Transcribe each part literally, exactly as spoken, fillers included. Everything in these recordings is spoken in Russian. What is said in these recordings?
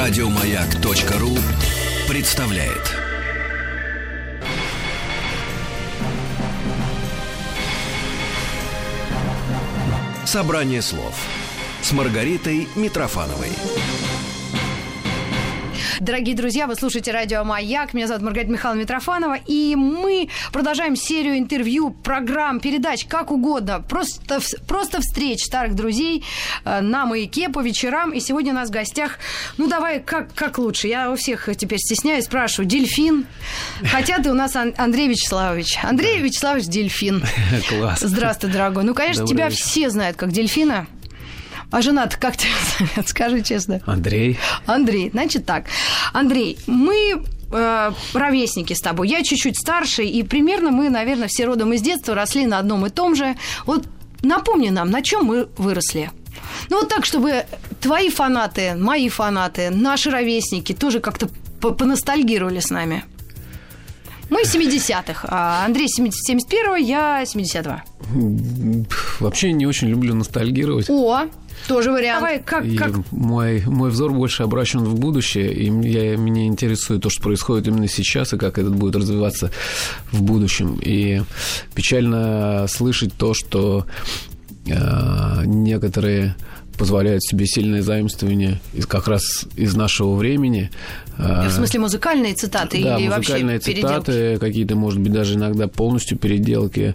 Радиомаяк.ру представляет. Собрание слов с Маргаритой Митрофановой. Дорогие друзья, вы слушаете радио «Маяк». Меня зовут Маргарита Михайловна Митрофанова. И мы продолжаем серию интервью, программ, передач, как угодно. Просто, просто встреч старых друзей на «Маяке» по вечерам. И сегодня у нас в гостях, ну давай, как, как лучше? Я у всех теперь стесняюсь, спрашиваю. Дельфин. Хотя ты у нас Андрей Вячеславович. Андрей Вячеславович Дельфин. Класс. Здравствуй, дорогой. Ну, конечно, Добрый тебя вечер. Все знают как Дельфина. А жена-то как тебя зовут? Скажи честно. Андрей. Андрей, значит так. Андрей, мы э, ровесники с тобой. Я чуть-чуть старше, и примерно мы, наверное, все родом из детства росли на одном и том же. Вот напомни нам, на чем мы выросли. Ну, вот так, чтобы твои фанаты, мои фанаты, наши ровесники тоже как-то поностальгировали с нами. Мы семидесятых, а Андрей семьдесят первого, я семидесятого. Вообще не очень люблю ностальгировать. О, тоже вариант. Давай, как, И как... Мой, мой взор больше обращен в будущее, и я, меня интересует то, что происходит именно сейчас, и как это будет развиваться в будущем. И печально слышать то, что э, некоторые позволяют себе сильное заимствование из, как раз из нашего времени. В смысле музыкальные цитаты да, или музыкальные вообще цитаты, переделки? Какие-то, может быть, даже иногда полностью переделки,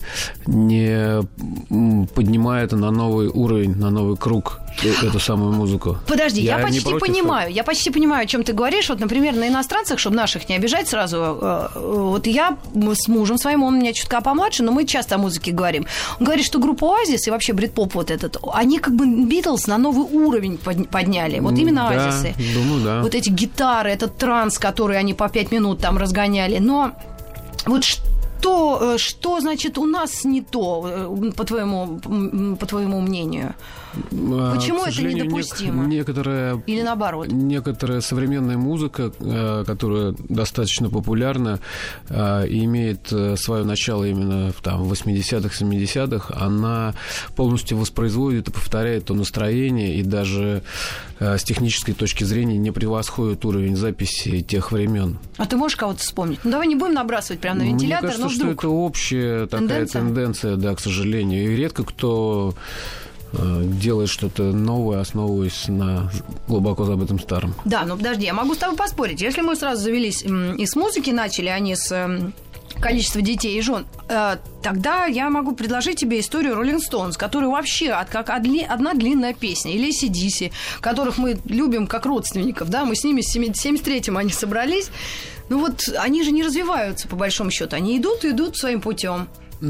не поднимая это на новый уровень, на новый круг, эту самую музыку. Подожди, я, я почти против... понимаю, я почти понимаю, о чем ты говоришь. Вот, например, на иностранцах, чтобы наших не обижать сразу, вот я с мужем своим, он у меня чутка помладше, но мы часто о музыке говорим. Он говорит, что группа Оазис и вообще брит-поп вот этот, они как бы Битлз на новый уровень подняли. Вот именно да, Оазисы. Думаю, да. Вот эти гитары, этот транс, который они по пять минут там разгоняли. Но вот что, что значит, у нас не то, по твоему, по твоему мнению? Почему это недопустимо? Некоторая, Или наоборот? Некоторая современная музыка, которая достаточно популярна и имеет свое начало именно в там, восьмидесятых, семидесятых, она полностью воспроизводит и повторяет то настроение, и даже с технической точки зрения не превосходит уровень записи тех времен. А ты можешь кого-то вспомнить? Ну, давай не будем набрасывать прямо на вентилятор, Мне кажется, но вдруг... что это общая такая тенденция? тенденция, да, к сожалению. И редко кто делает что-то новое, основываясь на глубоко забытом старом. Да, ну подожди, я могу с тобой поспорить. Если мы сразу завелись и с музыки начали, а не с количества детей и жен, тогда я могу предложить тебе историю Rolling Stones, которая вообще как одна длинная песня, или си ди си, которых мы любим как родственников, да, мы с ними в семьдесят третьем они собрались. Ну вот они же не развиваются, по большому счету, они идут и идут своим путем.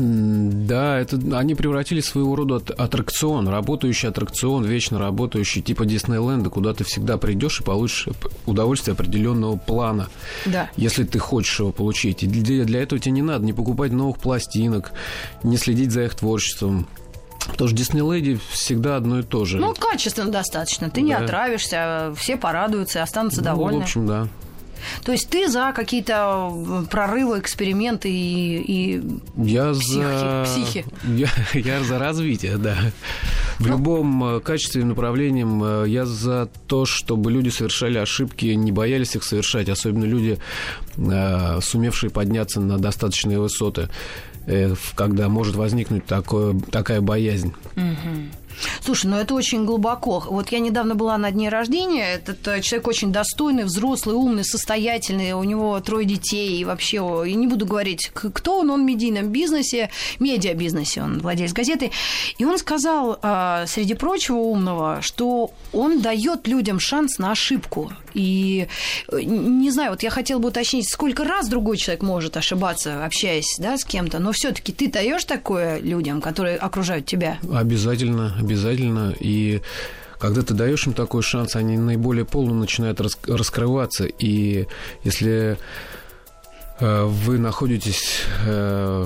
Да, это они превратились в своего рода аттракцион, работающий аттракцион, вечно работающий, типа Диснейленда, куда ты всегда придешь и получишь удовольствие определенного плана, да. Если ты хочешь его получить. И для, для этого тебе не надо не покупать новых пластинок, не следить за их творчеством. Потому что Диснейленде всегда одно и то же. Ну, качественно достаточно. Ты да. не отравишься, все порадуются, останутся ну, довольны. В общем, да. То есть ты за какие-то прорывы, эксперименты и, и я психи, за... психи? Я, я за развитие, да. В ну... любом качестве и направлении я за то, чтобы люди совершали ошибки, не боялись их совершать, особенно люди, сумевшие подняться на достаточные высоты, когда может возникнуть такое, такая боязнь. Угу. Слушай, ну это очень глубоко. Вот я недавно была на дне рождения. Этот человек очень достойный, взрослый, умный, состоятельный. У него трое детей. И вообще, я не буду говорить, кто он. Он в медийном бизнесе, медиабизнесе. Он владелец газеты. И он сказал, среди прочего умного, что он дает людям шанс на ошибку. И не знаю, вот я хотела бы уточнить, сколько раз другой человек может ошибаться, общаясь, да, с кем-то. Но все-таки ты даешь такое людям, которые окружают тебя? Обязательно. Обязательно, и когда ты даешь им такой шанс, они наиболее полно начинают рас- раскрываться, и если э, вы находитесь э,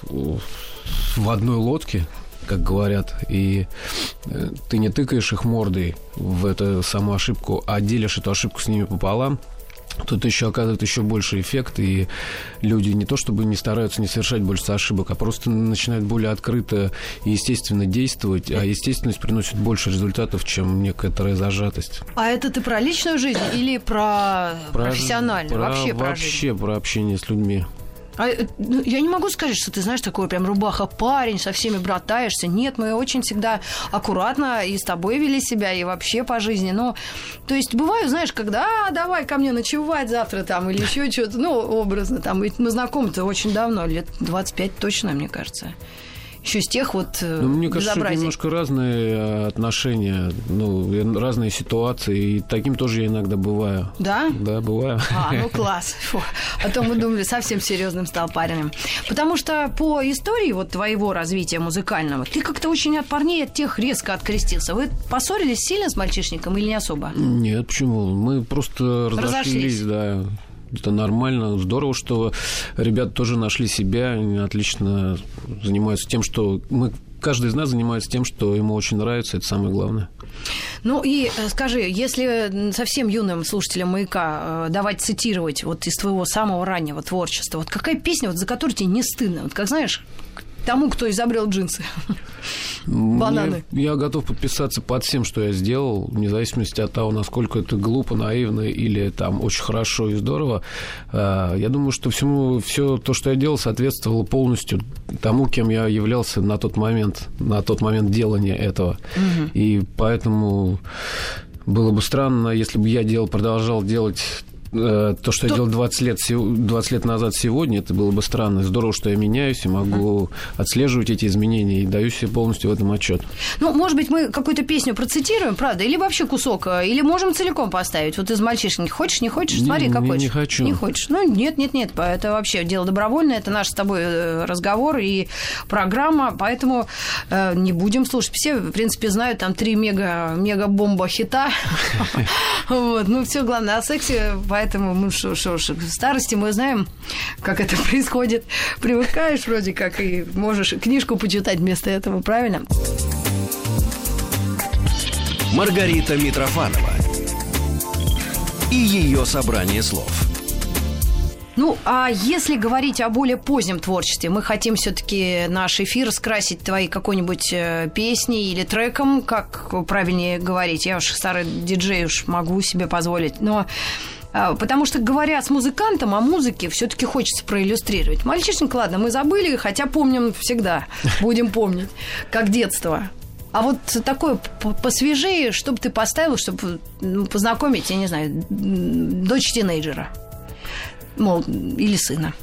в одной лодке, как говорят, и э, ты не тыкаешь их мордой в эту саму ошибку, а делишь эту ошибку с ними пополам, Тут еще оказывает еще больше эффект, и люди не то чтобы не стараются не совершать больше ошибок, а просто начинают более открыто и естественно действовать, а естественность приносит больше результатов, чем некоторая зажатость. А это ты про личную жизнь или про, про профессиональную? Про, вообще про вообще жизнь? Про общение с людьми. А, ну, я не могу сказать, что ты, знаешь, такой прям рубаха-парень, со всеми братаешься. Нет, мы очень всегда аккуратно и с тобой вели себя, и вообще по жизни. Но, то есть, бываю, знаешь, когда, а, давай ко мне ночевать завтра там, или еще что-то, ну, образно там. Ведь мы знакомы-то очень давно, лет двадцать пять точно, мне кажется. Еще с тех вот ну, мне кажется, безобразий. это немножко разные отношения, ну, разные ситуации, и таким тоже я иногда бываю. Да? Да, бываю. А, ну класс. Фу. А то мы думали, совсем серьезным стал парнем. Потому что по истории вот твоего развития музыкального, ты как-то очень от парней, от тех резко открестился. Вы поссорились сильно с мальчишником или не особо? Нет, почему? Мы просто разошлись, разошлись да. Это нормально, здорово, что ребята тоже нашли себя, они отлично занимаются тем, что мы, каждый из нас занимается тем, что ему очень нравится, это самое главное. Ну и скажи, если совсем юным слушателям «Маяка» давать цитировать вот из твоего самого раннего творчества, вот какая песня, вот, за которую тебе не стыдно? Вот как знаешь, тому, кто изобрел джинсы. Бананы. Мне, я готов подписаться под всем, что я сделал, вне зависимости от того, насколько это глупо, наивно или там очень хорошо и здорово. Я думаю, что всему, все то, что я делал, соответствовало полностью тому, кем я являлся на тот момент, на тот момент делания этого. Угу. И поэтому было бы странно, если бы я делал, продолжал делать то, что то... я делал двадцать лет, двадцать лет назад сегодня, это было бы странно. Здорово, что я меняюсь и могу uh-huh. отслеживать эти изменения и даю себе полностью в этом отчет. Ну, может быть, мы какую-то песню процитируем, правда? Или вообще кусок? Или можем целиком поставить? Вот из «Мальчишник». Хочешь, не хочешь? Смотри, не, как не, хочешь. Не хочу. Не хочешь? Ну, нет, нет, нет. Это вообще дело добровольное. Это наш с тобой разговор и программа. Поэтому э, не будем слушать. Все, в принципе, знают там три мега, мега-бомба хита. Вот. Ну, все главное о сексе. Поэтому мы что ж, в старости мы знаем, как это происходит. Привыкаешь вроде как и можешь книжку почитать вместо этого, правильно? Маргарита Митрофанова и ее собрание слов. Ну, а если говорить о более позднем творчестве, мы хотим все-таки наш эфир скрасить твоей какой-нибудь песней или треком, как правильнее говорить. Я уж старый диджей, уж могу себе позволить, но... Потому что, говоря с музыкантом о музыке, все-таки хочется проиллюстрировать. «Мальчишник», ладно, мы забыли, хотя помним всегда, будем помнить, как детство. А вот такое посвежее, чтобы ты поставил, чтобы познакомить, я не знаю, дочь тинейджера, мол, или сына.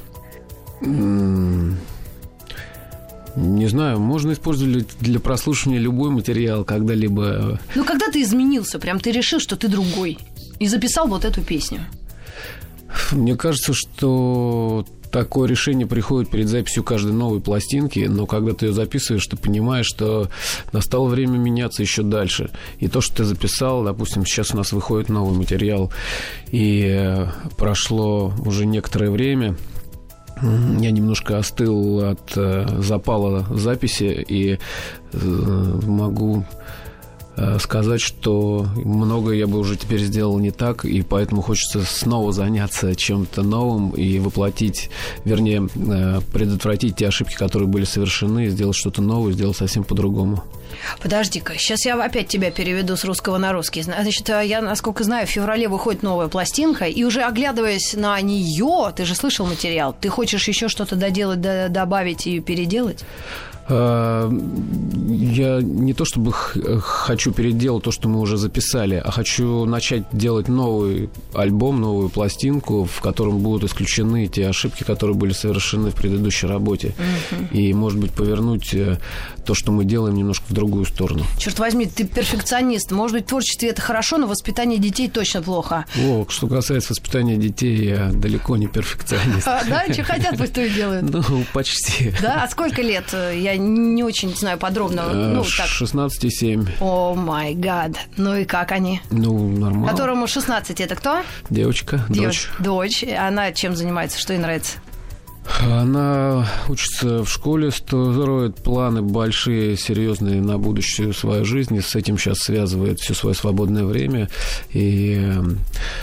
Не знаю, можно использовать для прослушивания любой материал когда-либо. Ну, когда ты изменился, прям ты решил, что ты другой, и записал вот эту песню? Мне кажется, что такое решение приходит перед записью каждой новой пластинки, но когда ты ее записываешь, ты понимаешь, что настало время меняться еще дальше. И то, что ты записал, допустим, сейчас у нас выходит новый материал, и прошло уже некоторое время, я немножко остыл от запала записи и могу сказать, что многое я бы уже теперь сделал не так, и поэтому хочется снова заняться чем-то новым и воплотить, вернее, предотвратить те ошибки, которые были совершены, и сделать что-то новое, сделать совсем по-другому. Подожди-ка, сейчас я опять тебя переведу с русского на русский. Значит, я, насколько знаю, в феврале выходит новая пластинка, и уже оглядываясь на нее, ты же слышал материал, ты хочешь еще что-то доделать, добавить и переделать? Я не то чтобы хочу переделать то, что мы уже записали, а хочу начать делать новый альбом, новую пластинку, в котором будут исключены те ошибки, которые были совершены в предыдущей работе. Mm-hmm. И, может быть, повернуть то, что мы делаем, немножко в другую сторону. Черт возьми, ты перфекционист. Может быть, в творчестве это хорошо, но воспитание детей точно плохо. О, что касается воспитания детей, я далеко не перфекционист. А, да? Что хотят, пусть то и делают. Ну, почти. Да? А сколько лет? Я не очень знаю подробно. Ну, так. шестнадцать и семь. О, май гад. Ну и как они? Ну, нормально. Которому шестнадцать, это кто? Девочка, Девоч... дочь. Дочь. Она чем занимается? Что ей нравится? Она учится в школе, строит планы большие, серьезные на будущую свою жизнь. И с этим сейчас связывает все свое свободное время. И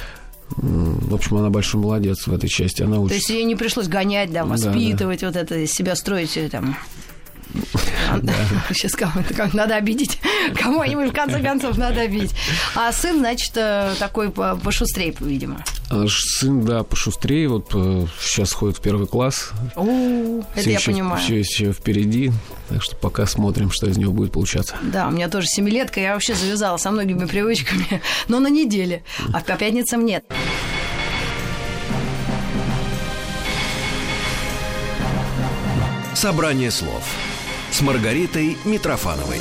В общем, она большой молодец в этой части. Она учится. То есть ей не пришлось гонять, да, воспитывать, да, да. вот это, из себя строить там... Сейчас кому-то как надо обидеть. Кому-нибудь, в конце концов, надо обидеть. А сын, значит, такой пошустрее, видимо. Сын, да, пошустрее. Вот сейчас ходит в первый класс. О, это я понимаю. Все еще впереди. Так что пока смотрим, что из него будет получаться. Да, у меня тоже семилетка. Я вообще завязала со многими привычками. Но на неделе. А по пятницам нет. Собрание слов с Маргаритой Митрофановой.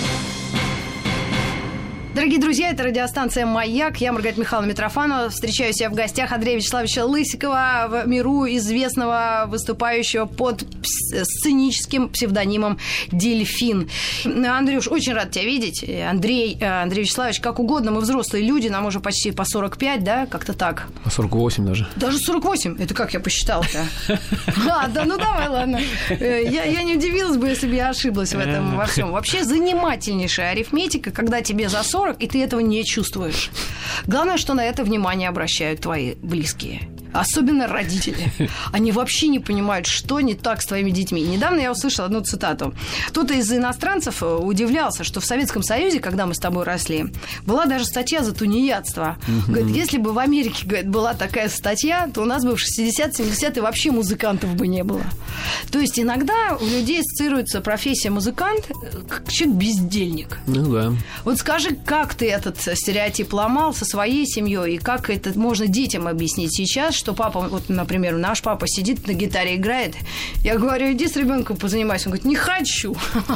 Дорогие друзья, это радиостанция «Маяк». Я Маргарита Михайловна Митрофанова. Встречаюсь я в гостях Андрея Вячеславовича Лысикова, в миру известного выступающего под сценическим псевдонимом «Дельфин». Андрюш, очень рад тебя видеть. Андрей, Андрей Вячеславович, как угодно, мы взрослые люди, нам уже почти по сорок пять, да, как-то так? По сорок восемь даже. Даже сорок восемь? Это как я посчитала-то? А, да, ну давай, ладно. Я, я не удивилась бы, если бы я ошиблась в этом во всем. Вообще занимательнейшая арифметика, когда тебе за сорок, и ты этого не чувствуешь. Главное, что на это внимание обращают твои близкие. Особенно родители. Они вообще не понимают, что не так с твоими детьми. Недавно я услышала одну цитату. Кто-то из иностранцев удивлялся, что в Советском Союзе, когда мы с тобой росли, была даже статья за тунеядство. Угу. Говорит, если бы в Америке, говорит, была такая статья, то у нас бы в шестидесятые-семидесятые вообще музыкантов бы не было. То есть иногда у людей ассоциируется профессия музыкант как человек-бездельник. Ну да. Вот скажи, как ты этот стереотип ломал со своей семьей, и как это можно детям объяснить сейчас, что папа, вот, например, наш папа сидит на гитаре, играет. Я говорю, иди с ребенком позанимайся. Он говорит, не хочу.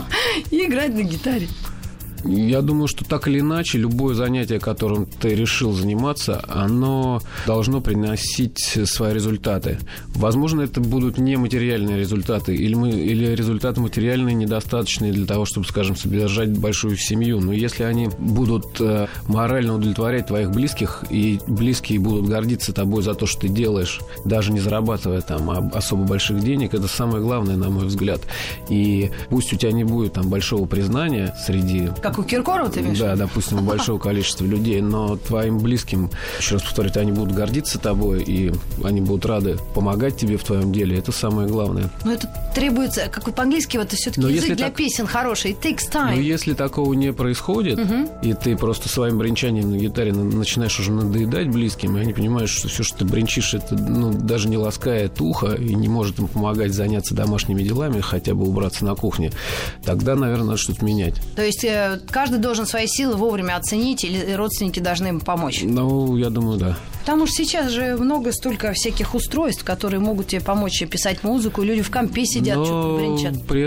И играть на гитаре. Я думаю, что так или иначе, любое занятие, которым ты решил заниматься, оно должно приносить свои результаты. Возможно, это будут не материальные результаты, или, мы, или результаты материальные недостаточные для того, чтобы, скажем, содержать большую семью. Но если они будут э, морально удовлетворять твоих близких, и близкие будут гордиться тобой за то, что ты делаешь, даже не зарабатывая там особо больших денег, это самое главное, на мой взгляд. И пусть у тебя не будет там большого признания среди... Как у Киркорова, ты имеешь? Да, допустим, у большого количества людей, но твоим близким, еще раз повторю, они будут гордиться тобой, и они будут рады помогать тебе в твоем деле. Это самое главное. Но это требуется, как по-английски, вот все-таки язык для так, песен хороший. It takes time. Но если такого не происходит, угу. и ты просто своим бренчанием на гитаре начинаешь уже надоедать близким, и они понимают, что все, что ты бренчишь, это ну, даже не ласкает ухо и не может им помогать заняться домашними делами, хотя бы убраться на кухне, тогда, наверное, надо что-то менять. То есть каждый должен свои силы вовремя оценить, или родственники должны им помочь? Ну, я думаю, да. Потому что сейчас же много столько всяких устройств, которые могут тебе помочь писать музыку, люди в компе сидят, но что-то бренчат. При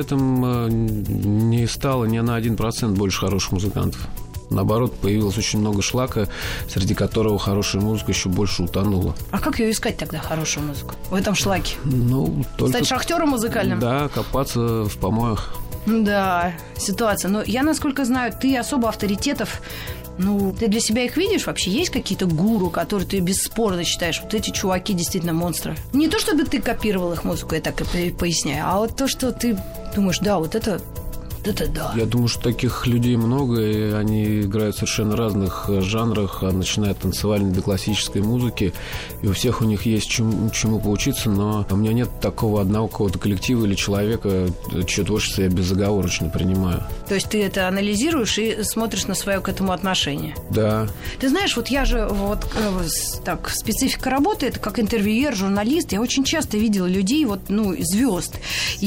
этом не стало ни на один процент больше хороших музыкантов. Наоборот, появилось очень много шлака, среди которого хорошая музыка еще больше утонула. А как ее искать тогда, хорошую музыку, в этом шлаке? Ну, только... Стать шахтером музыкальным? Да, копаться в помоях. Да, ситуация. Но я, насколько знаю, ты особо авторитетов... Ну, ты для себя их видишь? Вообще есть какие-то гуру, которые ты бесспорно считаешь, вот эти чуваки действительно монстры? Не то, чтобы ты копировал их музыку, я так и поясняю, а вот то, что ты думаешь, да, вот это... Это да. Я думаю, что таких людей много, и они играют в совершенно разных жанрах, начиная от танцевальной до классической музыки, и у всех у них есть чему, чему поучиться, но у меня нет такого одного какого-то коллектива или человека, чье творчество я безоговорочно принимаю. То есть ты это анализируешь и смотришь на свое к этому отношение? Да. Ты знаешь, вот я же, вот так, специфика работы, это как интервьюер, журналист, я очень часто видела людей, вот, ну, звезд,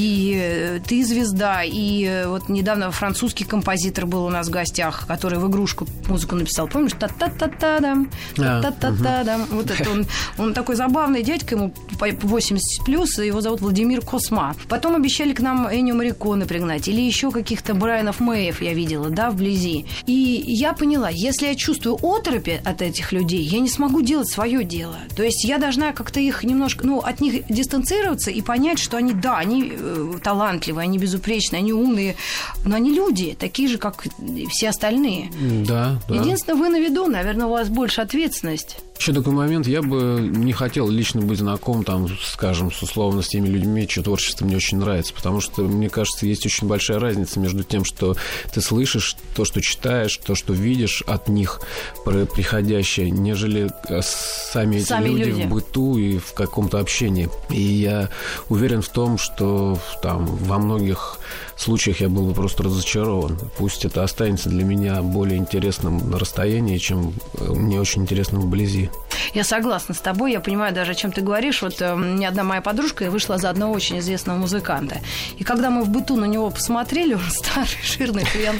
и ты звезда, и вот недавно французский композитор был у нас в гостях, который в игрушку музыку написал. Помнишь? Та-та-та-та-дам, та-та-та-та-дам. Вот это он, он такой забавный дядька, ему восемьдесят плюс, его зовут Владимир Косма. Потом обещали к нам Эннио Морриконе пригнать, или еще каких-то Брайанов Мэев я видела, да, вблизи. И я поняла, если я чувствую оторопь от этих людей, я не смогу делать свое дело. То есть я должна как-то их немножко, ну, от них дистанцироваться и понять, что они, да, они э, талантливые, они безупречные, они умные, но они люди, такие же, как все остальные. Да, да. Единственное, вы на виду, наверное, у вас больше ответственность. Еще такой момент, я бы не хотел лично быть знаком, там, скажем, с условно с теми людьми, чье творчество мне очень нравится, потому что, мне кажется, есть очень большая разница между тем, что ты слышишь, то, что читаешь, то, что видишь от них приходящее, нежели сами эти сами люди, люди в быту и в каком-то общении. И я уверен в том, что там во многих случаях я был бы просто разочарован. Пусть это останется для меня более интересным на расстоянии, чем мне очень интересным вблизи. Я согласна с тобой, я понимаю даже, о чем ты говоришь. Вот э, мне одна моя подружка вышла за одного очень известного музыканта. И когда мы в быту на него посмотрели, он старый, жирный хрен.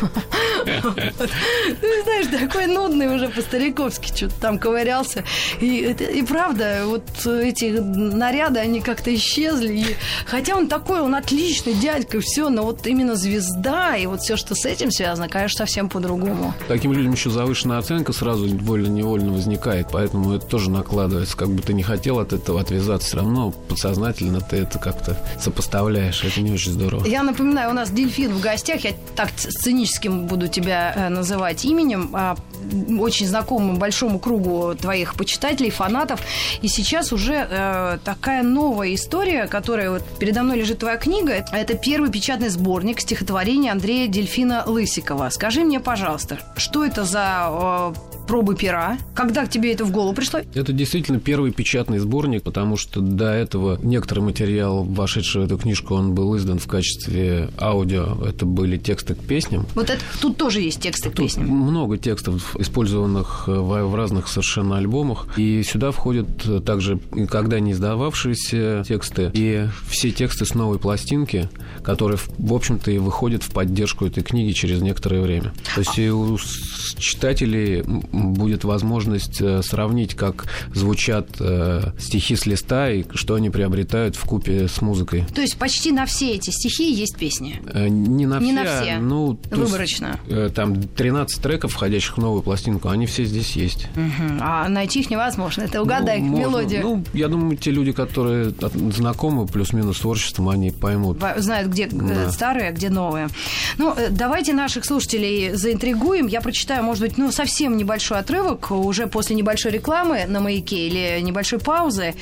Ты знаешь, такой нудный уже по-стариковски что-то там ковырялся. И правда, вот эти наряды, они как-то исчезли. Хотя он такой, он отличный дядька, все, но вот именно звезда и вот все, что с этим связано, конечно, совсем по-другому. Таким людям еще завышенная оценка сразу вольно-невольно возникает, поэтому это тоже накладывается. Как бы ты не хотел от этого отвязаться, все равно подсознательно ты это как-то сопоставляешь. Это не очень здорово. Я напоминаю, у нас Дельфин в гостях. Я так сценическим буду тебя называть именем. Очень знакомым большому кругу твоих почитателей, фанатов. И сейчас уже э, такая новая история, которая вот передо мной лежит твоя книга. Это первый печатный сборник стихотворений Андрея Дельфина Лысикова. Скажи мне, пожалуйста, что это за э, пробы пера? Когда к тебе это в голову пришло? Это действительно первый печатный сборник, потому что до этого некоторый материал, вошедший в эту книжку, он был издан в качестве аудио. Это были тексты к песням. Вот это, тут тоже есть тексты к тут песням. Много текстов, использованных в, в разных совершенно альбомах. И сюда входят также никогда не издававшиеся тексты и все тексты с новой пластинки, которые, в общем-то, и выходят в поддержку этой книги через некоторое время. То есть и у читателей будет возможность сравнить, как звучат э, стихи с листа и что они приобретают вкупе с музыкой. То есть почти на все эти стихи есть песни? Э, не на не все. На все. Ну, выборочно. Есть, э, там тринадцать треков, входящих в новую пластинку, они все здесь есть. Угу. А найти их невозможно. Это угадай ну, мелодию. Ну, я думаю, те люди, которые знакомы плюс-минус с творчеством, они поймут. Знают, где да. старые, а где новые. Ну, давайте наших слушателей заинтригуем. Я прочитаю, может быть, ну, совсем небольшой отрывок уже после небольшой рекламы на «Маяке» или небольшой паузы.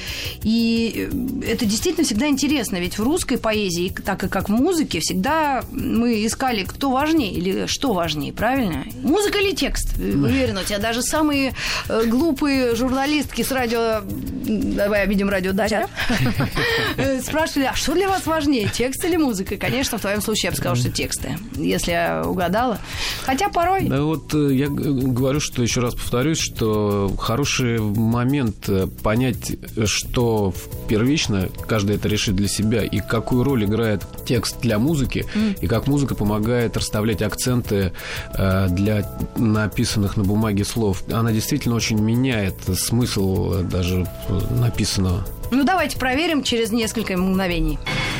И это действительно всегда интересно, ведь в русской поэзии, так и как в музыке, всегда мы искали, кто важнее или что важнее, правильно? Музыка или текст? Уверен, у тебя даже самые глупые журналистки с радио... Давай обидим радио «Дарья». Спрашивали, а что для вас важнее, текст или музыка? Конечно, в твоем случае я бы сказала, что тексты, если я угадала. Хотя порой... Да вот я говорю, что еще раз повторюсь, что хороший момент понять, что первично каждый это решит для себя, и какую роль играет текст для музыки, mm. и как музыка помогает расставлять акценты для написанных на бумаге слов. Она действительно очень меняет смысл даже написанного. Ну, давайте проверим через несколько мгновений.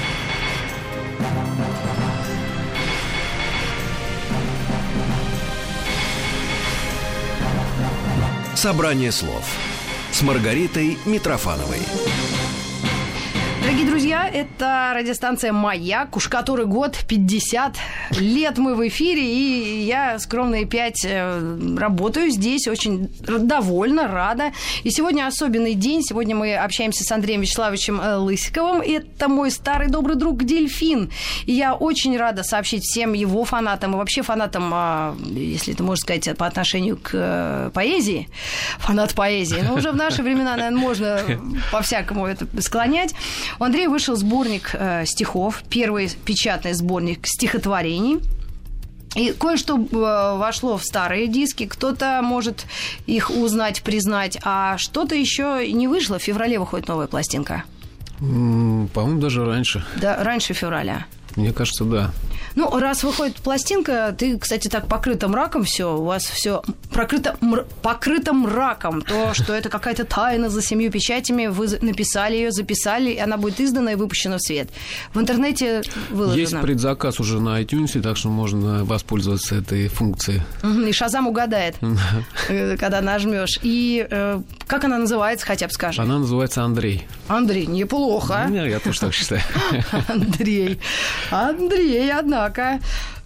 Собрание слов с Маргаритой Митрофановой. Дорогие друзья, это радиостанция «Маяк». Уж который год, пятьдесят лет мы в эфире, и я скромные пять работаю здесь, очень довольна, рада. И сегодня особенный день. Сегодня мы общаемся с Андреем Вячеславовичем Лысиковым. Это мой старый добрый друг Дельфин. И я очень рада сообщить всем его фанатам и вообще фанатам, если это можно сказать, по отношению к поэзии, фанат поэзии. Но уже в наши времена, наверное, можно по-всякому это склонять. У Андрея вышел сборник э, стихов, первый печатный сборник стихотворений. И кое-что э, вошло в старые диски, кто-то может их узнать, признать, а что-то еще не вышло. В феврале выходит новая пластинка. Mm, по-моему, даже раньше. Да, раньше февраля. Мне кажется, да. Ну, раз выходит пластинка, ты, кстати, так покрыта мраком все, у вас все покрыто, мр... покрыто мраком, то, что это какая-то тайна за семью печатями, вы написали ее, записали, и она будет издана и выпущена в свет. В интернете выложена. Есть предзаказ уже на iTunes, так что можно воспользоваться этой функцией. И Шазам угадает, когда нажмешь. И как она называется, хотя бы скажи? Она называется «Андрей». Андрей, неплохо. Я тоже так считаю. Андрей. Андрей, однако.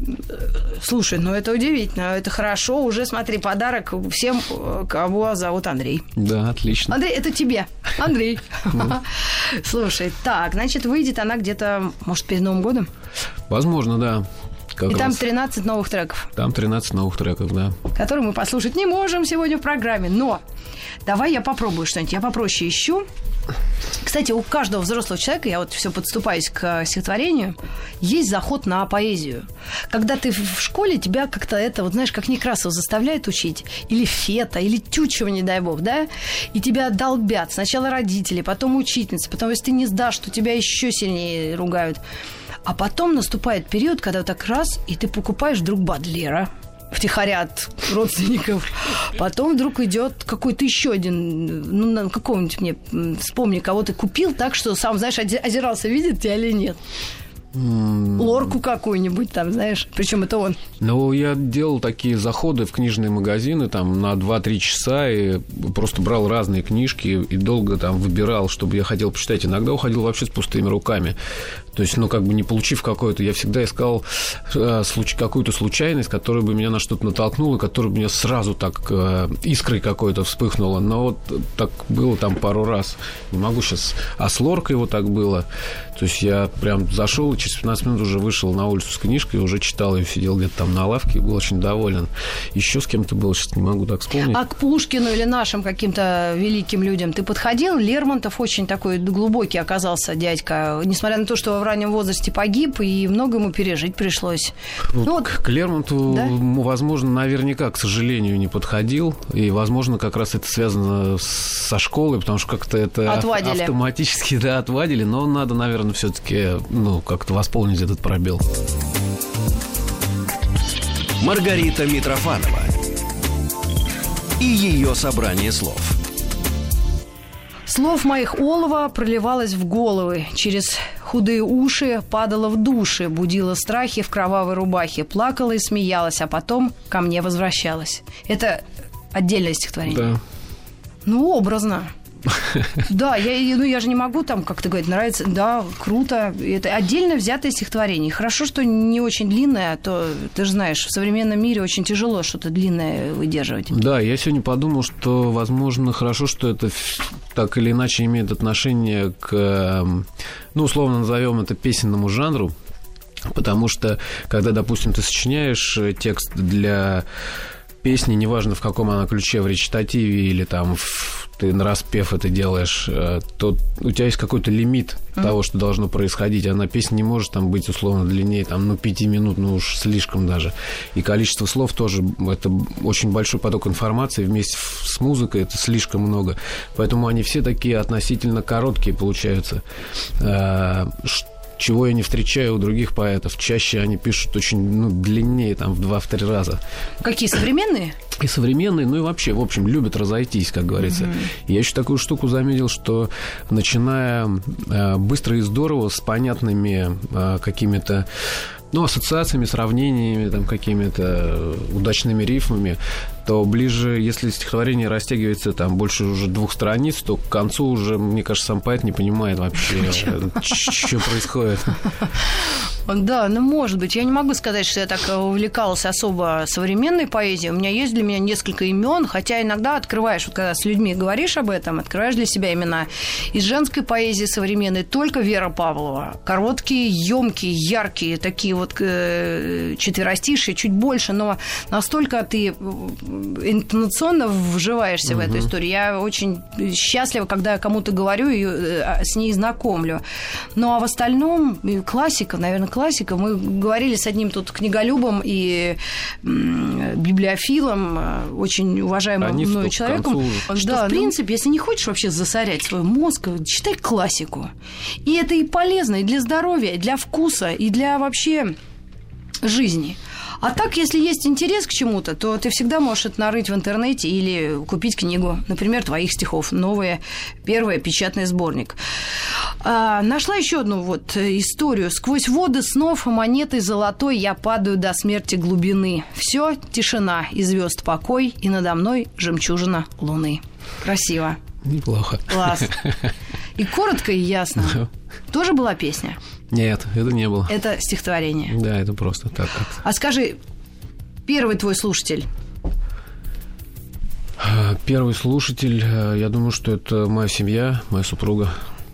Слушай, ну это удивительно, это хорошо. Уже, смотри, подарок всем, кого зовут Андрей. Да, отлично. Андрей, это тебе. Андрей. Слушай, так, значит, выйдет она где-то, может, перед Новым годом? Возможно, да. Как И раз. там тринадцать новых треков. Там тринадцать новых треков, да. Которые мы послушать не можем сегодня в программе. Но давай я попробую что-нибудь. Я попроще ищу. Кстати, у каждого взрослого человека, я вот все подступаюсь к стихотворению, есть заход на поэзию. Когда ты в школе, тебя как-то это, вот знаешь, как Некрасов заставляет учить, или Фета, или Тютчева, не дай бог, да, и тебя долбят. Сначала родители, потом учительница, потом, если ты не сдашь, то тебя еще сильнее ругают. А потом наступает период, когда вот так раз, и ты покупаешь вдруг Бодлера втихаря от родственников. Потом вдруг идет какой-то еще один, ну, какого-нибудь мне, вспомни, кого ты купил так, что сам, знаешь, озирался, видит тебя или нет. Лорку какую-нибудь там, знаешь, причем это он. Ну, я делал такие заходы в книжные магазины там на два-три часа и просто брал разные книжки и долго там выбирал, чтобы я хотел почитать. Иногда уходил вообще с пустыми руками. То есть, ну, как бы не получив какое-то, я всегда искал э, случ... какую-то случайность, которая бы меня на что-то натолкнула, которая бы мне сразу так э, искрой какой-то вспыхнула. Но вот так было там пару раз. Не могу сейчас... А с Лоркой вот так было. То есть, я прям зашел и через пятнадцать минут уже вышел на улицу с книжкой, уже читал ее, сидел где-то там на лавке и был очень доволен. Еще с кем-то был, сейчас не могу так вспомнить. А к Пушкину или нашим каким-то великим людям ты подходил? Лермонтов очень такой глубокий оказался дядька, несмотря на то, что в раннем возрасте погиб, и много ему пережить пришлось. Вот ну, вот, к Лермонтову, да? возможно, наверняка, к сожалению, не подходил. И, возможно, как раз это связано со школой, потому что как-то это отвадили. автоматически да, отвадили. Но надо, наверное, все-таки ну, как-то восполнить этот пробел. Маргарита Митрофанова и ее собрание слов. Слов моих олова проливалось в головы, через худые уши падала в души, будила страхи в кровавой рубахе, плакала и смеялась, а потом ко мне возвращалась. Это отдельное стихотворение. Да. Ну, образно. Да, я, ну, я же не могу там как-то говорить, нравится, да, круто. Это отдельно взятое стихотворение. Хорошо, что не очень длинное, а то, ты же знаешь, в современном мире очень тяжело что-то длинное выдерживать. Да, я сегодня подумал, что, возможно, хорошо, что это так или иначе имеет отношение к, ну, условно назовем это песенному жанру, потому что, когда, допустим, ты сочиняешь текст для песни, неважно в каком она ключе, в речитативе или там в, ты нараспев это делаешь, то у тебя есть какой-то лимит mm-hmm. того, что должно происходить. Она песня не может там быть условно длиннее, там, ну, пяти минут, ну уж слишком даже. И количество слов тоже, это очень большой поток информации вместе с музыкой, это слишком много. Поэтому они все такие относительно короткие получаются. Чего я не встречаю у других поэтов. Чаще они пишут очень ну, длиннее, там, в два-три раза. Какие, современные? И современные, ну и вообще, в общем, любят разойтись, как говорится. Mm-hmm. Я еще такую штуку заметил, что начиная э, быстро и здорово с понятными э, какими-то ну, ассоциациями, сравнениями, там, какими-то удачными рифмами, то ближе, если стихотворение растягивается там больше уже двух страниц, то к концу уже, мне кажется, сам поэт не понимает вообще, что происходит. Да, ну, может быть. Я не могу сказать, что я так увлекалась особо современной поэзией. У меня есть для меня несколько имен, хотя иногда открываешь, вот когда с людьми говоришь об этом, открываешь для себя имена. Из женской поэзии современной только Вера Павлова. Короткие, ёмкие, яркие, такие вот э, четверостишие, чуть больше, но настолько ты интонационно вживаешься угу. в эту историю. Я очень счастлива, когда я кому-то говорю и э, с ней знакомлю. Ну, а в остальном классика, наверное, классика. Мы говорили с одним тут книголюбом и библиофилом, очень уважаемым Они мною человеком, уже. что, да, в ну... принципе, если не хочешь вообще засорять свой мозг, читай классику. И это и полезно, и для здоровья, и для вкуса, и для вообще жизни. А так, если есть интерес к чему-то, то ты всегда можешь это нарыть в интернете или купить книгу, например, твоих стихов, новое, первый печатный сборник. А, нашла еще одну вот историю. «Сквозь воды снов монетой золотой я падаю до смерти глубины. Все тишина, и звезд покой, и надо мной жемчужина луны». Красиво. Неплохо. Класс. И коротко, и ясно. Тоже была песня? Нет, это не было. Это стихотворение. Да, это просто так как-то. А скажи, первый твой слушатель? Первый слушатель, я думаю, что это моя семья, моя супруга.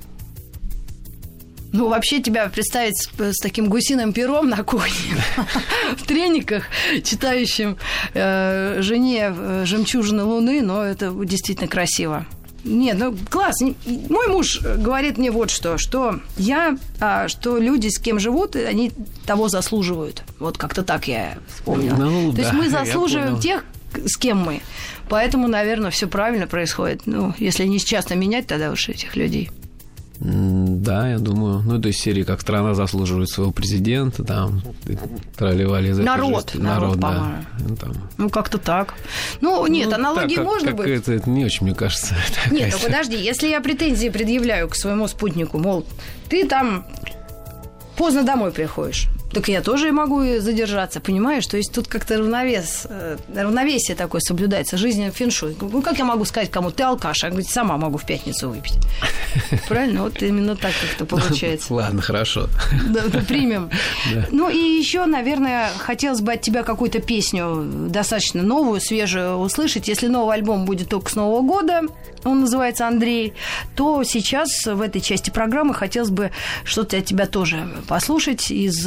Ну, вообще тебя представить с, с таким гусиным пером на кухне, в трениках, читающим э, жене «Жемчужины луны», но это действительно красиво. Нет, ну класс. Мой муж говорит мне вот что, что я, а, что люди, с кем живут, они того заслуживают. Вот как-то так я вспомнила. Ну, То да, есть мы заслуживаем тех, с кем мы. Поэтому, наверное, все правильно происходит. Ну, если не часто менять, тогда уж этих людей. Да, я думаю. Ну, то есть серии, как страна заслуживает своего президента, там, тролливали из этой народ, же... народ, народ, по-моему. Да. Там. Ну, как-то так. Ну, нет, ну, аналогии так, можно как, быть. Это, это не очень, мне кажется. Нет, ну подожди, если я претензии предъявляю к своему спутнику, мол, ты там поздно домой приходишь, так я тоже могу задержаться, понимаешь? То есть тут как-то равновес, равновесие такое соблюдается, жизненный феншуй. Ну, как я могу сказать кому, ты алкаш, а говорит, сама могу в пятницу выпить. Правильно? Вот именно так как-то получается. Ладно, хорошо. Да, примем. Да. Ну, и еще, наверное, хотелось бы от тебя какую-то песню достаточно новую, свежую услышать. Если новый альбом будет только с Нового года, он называется «Андрей», то сейчас в этой части программы хотелось бы что-то от тебя тоже послушать из...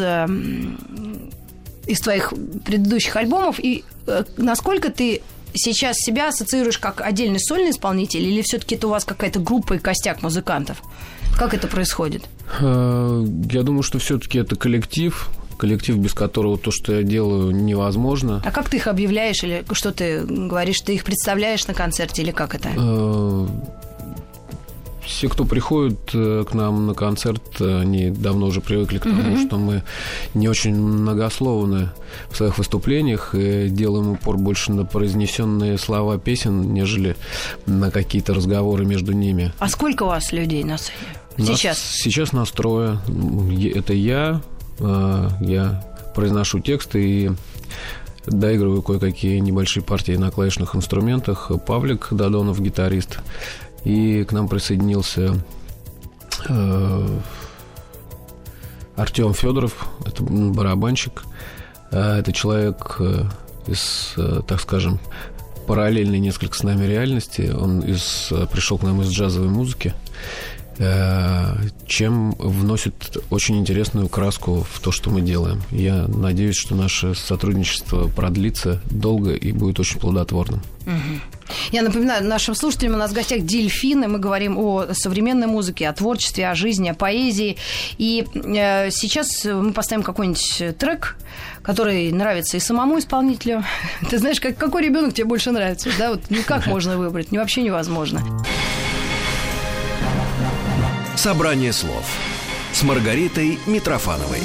из твоих предыдущих альбомов, и э, насколько ты сейчас себя ассоциируешь как отдельный сольный исполнитель, или все-таки это у вас какая-то группа и костяк музыкантов? Как это происходит? Я думаю, что все-таки это коллектив, коллектив, без которого то, что я делаю, невозможно. А как ты их объявляешь, или что ты говоришь, ты их представляешь на концерте, или как это? Все, кто приходит к нам на концерт, они давно уже привыкли к тому, mm-hmm. что мы не очень многословны в своих выступлениях и делаем упор больше на произнесенные слова песен, нежели на какие-то разговоры между ними. А сколько у вас людей на сцене сейчас? Нас сейчас нас трое. Это я, я произношу тексты и доигрываю кое-какие небольшие партии на клавишных инструментах. Павлик Додонов, гитарист. И к нам присоединился э, Артём Федоров, это барабанщик. Это человек из, так скажем, параллельной несколько с нами реальности. Он из, пришел к нам из джазовой музыки, чем вносит очень интересную краску в то, что мы делаем. Я надеюсь, что наше сотрудничество продлится долго и будет очень плодотворным. Я напоминаю нашим слушателям, у нас в гостях дельфины. Мы говорим о современной музыке, о творчестве, о жизни, о поэзии. И э, сейчас мы поставим какой-нибудь трек, который нравится и самому исполнителю. Ты знаешь, как, какой ребенок тебе больше нравится? Да, вот никак можно выбрать, вообще невозможно. Собрание слов с Маргаритой Митрофановой.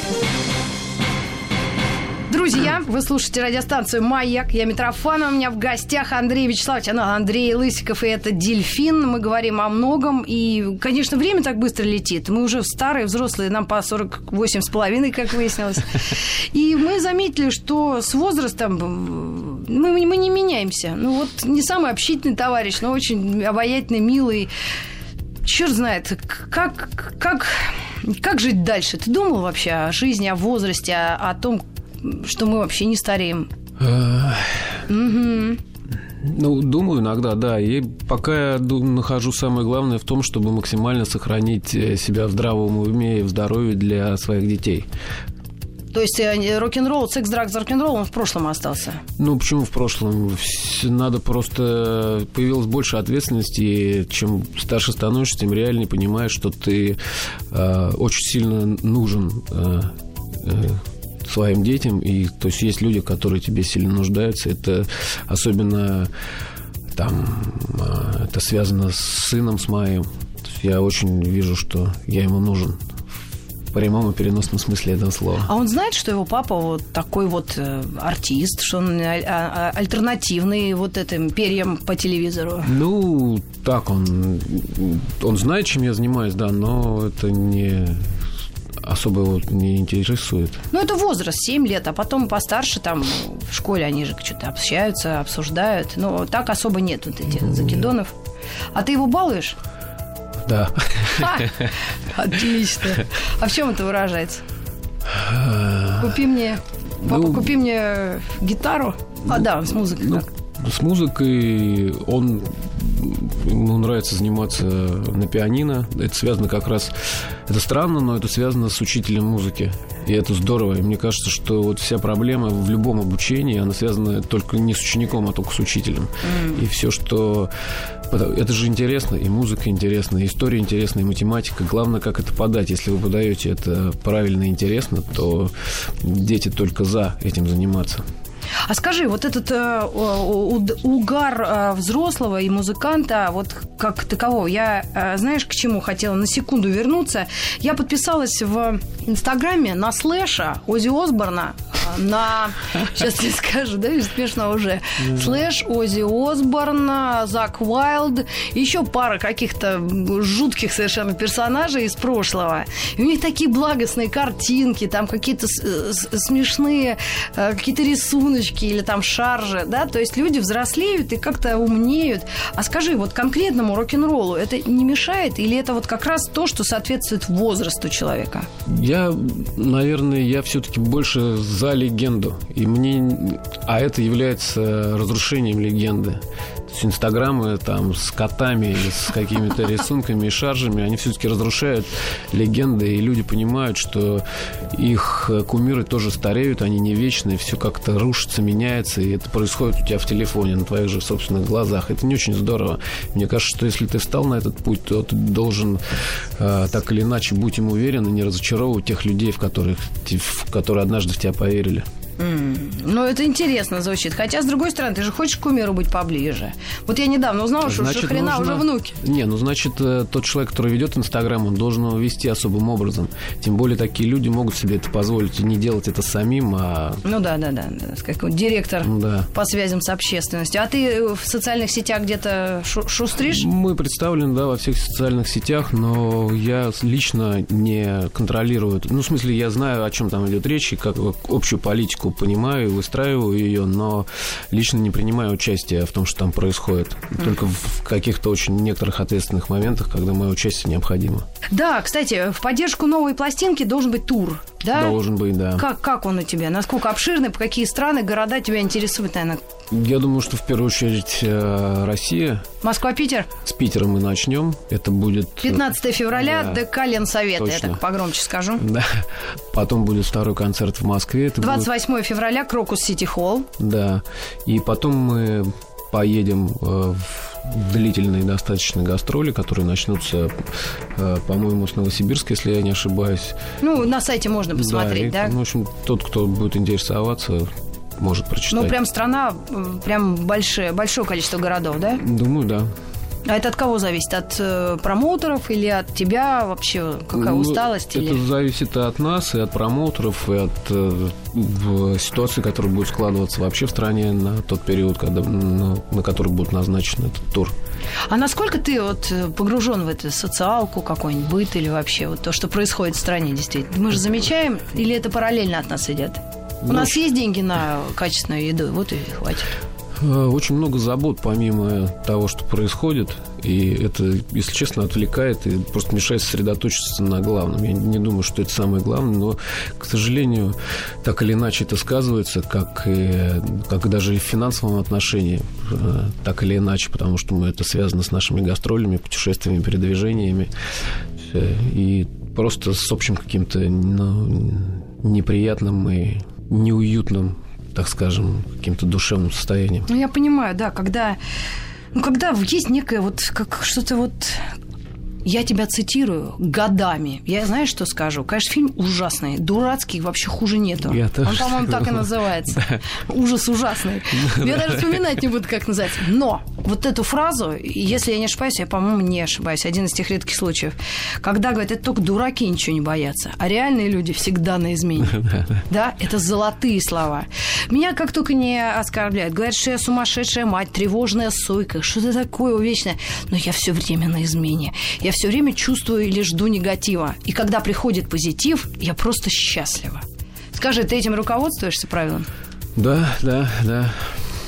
Друзья, вы слушаете радиостанцию «Маяк». Я Митрофанова, у меня в гостях Андрей Вячеславович, она Андрей Лысиков, и это «Дельфин». Мы говорим о многом, и, конечно, время так быстро летит. Мы уже старые, взрослые, нам по сорок восемь с половиной, как выяснилось. И мы заметили, что с возрастом мы, мы не меняемся. Ну вот не самый общительный товарищ, но очень обаятельный, милый. Черт знает, как, как, как жить дальше? Ты думал вообще о жизни, о возрасте, о, о том, что мы вообще не стареем? Угу. Ну, думаю иногда, да. И пока я нахожу самое главное в том, чтобы максимально сохранить себя в здравом уме и в здоровье для своих детей. То есть рок-н-ролл, секс, драк, рок-н-ролл, он в прошлом остался? Ну, почему в прошлом? Надо просто... Появилась больше ответственности, и чем старше становишься, тем реальнее понимаешь, что ты э, очень сильно нужен э, э, своим детям. И, то есть есть люди, которые тебе сильно нуждаются. Это особенно там, э, это связано с сыном, с моим. То есть я очень вижу, что я ему нужен. В прямом и переносном смысле этого слова. А он знает, что его папа вот такой вот э, артист, что он а, а, альтернативный вот этим перьям по телевизору? Ну, так, он, он знает, чем я занимаюсь, да, но это не... особо его не интересует. Ну, это возраст, семь лет, а потом постарше, там, в школе они же что-то общаются, обсуждают. Но так особо нет вот этих закидонов. А ты его балуешь? Да. Ха! Отлично. А в чем это выражается? Купи мне, папа, ну, купи мне гитару. А, да, с музыкой ну, как? С музыкой он... Ему нравится заниматься на пианино. Это связано как раз... Это странно, но это связано с учителем музыки. И это здорово. И мне кажется, что вот вся проблема в любом обучении, она связана только не с учеником, а только с учителем. Mm. И все, что... Это же интересно. И музыка интересна, и история интересна, и математика. Главное, как это подать. Если вы подаете это правильно и интересно, то дети только за этим заниматься. А скажи, вот этот э, угар э, взрослого и музыканта, вот как такового, я, э, знаешь, к чему хотела на секунду вернуться? Я подписалась в Инстаграме на слэша Оззи Осборна, э, на, сейчас тебе скажу, да, смешно уже, слэш Оззи Осборн, Зак Уайлд, еще пара каких-то жутких совершенно персонажей из прошлого. И у них такие благостные картинки, там какие-то смешные, э, какие-то рисунки, или там шаржи, да, то есть люди взрослеют и как-то умнеют. А скажи, вот конкретному рок-н-роллу это не мешает или это вот как раз то, что соответствует возрасту человека? Я, наверное, я все-таки больше за легенду. И мне... А это является разрушением легенды. То есть инстаграмы там с котами или с какими-то рисунками и шаржами, они все-таки разрушают легенды, и люди понимают, что их кумиры тоже стареют, они не вечные, все как-то рушится, меняется, и это происходит у тебя в телефоне, на твоих же собственных глазах. Это не очень здорово. Мне кажется, что если ты встал на этот путь, то ты должен э, так или иначе будь им уверен и не разочаровывать тех людей, в которых, в которые однажды в тебя поверили. Mm. Ну, это интересно звучит. Хотя, с другой стороны, ты же хочешь к кумиру быть поближе. Вот я недавно узнала, что значит, хрена нужно... уже внуки. Не, ну, значит, тот человек, который ведет Инстаграм, он должен его вести особым образом. Тем более, такие люди могут себе это позволить и не делать это самим, а... Ну, да, да, да. да. Как директор да. по связям с общественностью. А ты в социальных сетях где-то шу- шустришь? Мы представлены, да, во всех социальных сетях, но я лично не контролирую. Ну, в смысле, я знаю, о чем там идет речь, и как общую политику понимаю, выстраиваю ее, но лично не принимаю участия в том, что там происходит. Mm-hmm. Только в каких-то очень некоторых ответственных моментах, когда мое участие необходимо. Да, кстати, в поддержку новой пластинки должен быть тур, да? Должен быть, да. Как, как он у тебя? Насколько обширный? По какие страны, города тебя интересуют, наверное? Я думаю, что в первую очередь Россия. Москва, Питер? С Питера мы начнем. Это будет... пятнадцатого февраля, да, ДК Ленсовета, я так погромче скажу. Да. Потом будет второй концерт в Москве. Это двадцать восьмого февраля, Крокус Сити Холл. Да. И потом мы поедем в длительные достаточно гастроли, которые начнутся, по-моему, с Новосибирска, если я не ошибаюсь. Ну, на сайте можно посмотреть, да? да? И, ну, в общем, тот, кто будет интересоваться, может прочитать. Ну, прям страна, прям большое, большое количество городов, да? Думаю, да. А это от кого зависит? От э, промоутеров или от тебя вообще? Какая ну, усталость? Это или... зависит от нас, и от промоутеров, и от э, ситуации, которая будет складываться вообще в стране на тот период, когда, на, на который будет назначен этот тур. А насколько ты вот погружен в эту социалку, какой-нибудь быт или вообще вот то, что происходит в стране действительно? Мы же замечаем, или это параллельно от нас идет? У ну, нас есть деньги на качественную еду, вот и хватит. Очень много забот, помимо того, что происходит. И это, если честно, отвлекает и просто мешает сосредоточиться на главном. Я не думаю, что это самое главное, но, к сожалению, так или иначе это сказывается, как, и, как даже и в финансовом отношении, так или иначе, потому что мы, это связано с нашими гастролями, путешествиями, передвижениями. И просто с общим каким-то ну, неприятным и неуютным, так скажем, каким-то душевным состоянием. Ну, я понимаю, да, когда, ну, когда есть некое вот, как что-то вот... Я тебя цитирую годами. Я знаешь, что скажу? Конечно, фильм ужасный, дурацкий, вообще хуже нету. Я Он, по-моему, так и называется. Ужас ужасный. Я даже вспоминать не буду, как называется. Но вот эту фразу, если я не ошибаюсь, я, по-моему, не ошибаюсь, один из тех редких случаев, когда говорят, это только дураки ничего не боятся, а реальные люди всегда на измене. Да, это золотые слова. Меня как только не оскорбляют. Говорят, что я сумасшедшая мать, тревожная сойка, что-то такое увечное. Но я все время на измене. Я все время чувствую или жду негатива. И когда приходит позитив, я просто счастлива. Скажи, ты этим руководствуешься правилом? Да, да, да.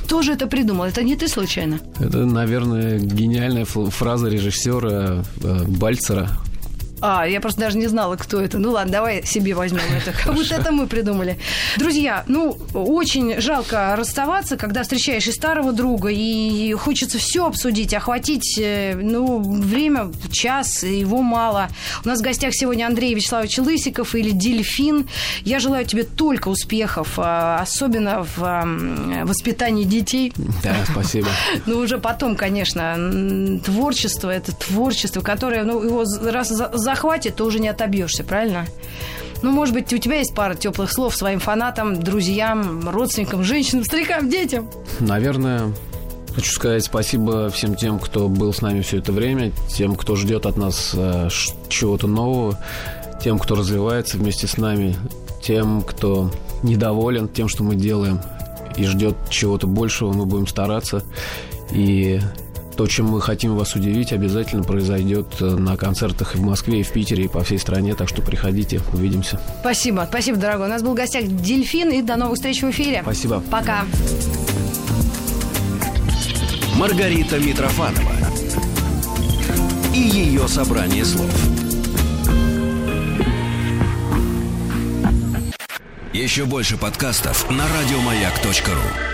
Кто же это придумал? Это не ты случайно? Это, наверное, гениальная фраза режиссера Бальцера. А, я просто даже не знала, кто это. Ну ладно, давай себе возьмем это. Как будто это мы придумали. Друзья, ну, очень жалко расставаться, когда встречаешь и старого друга, и хочется все обсудить, охватить, ну, время, час, его мало. У нас в гостях сегодня Андрей Вячеславович Лысиков или Дельфин. Я желаю тебе только успехов, особенно в воспитании детей. Да, спасибо. Ну, уже потом, конечно, творчество, это творчество, которое, ну, его раз за захватит, то уже не отобьешься, правильно? Ну, может быть, у тебя есть пара теплых слов своим фанатам, друзьям, родственникам, женщинам, старикам, детям? Наверное, хочу сказать спасибо всем тем, кто был с нами все это время, тем, кто ждет от нас э, чего-то нового, тем, кто развивается вместе с нами, тем, кто недоволен тем, что мы делаем, и ждет чего-то большего. Мы будем стараться, и то, чем мы хотим вас удивить, обязательно произойдет на концертах и в Москве, и в Питере, и по всей стране. Так что приходите, увидимся. Спасибо, спасибо, дорогой. У нас был в гостях Дельфин, и до новых встреч в эфире. Спасибо. Пока. Маргарита Митрофанова и ее собрание слов. Еще больше подкастов на радиомаяк точка ру.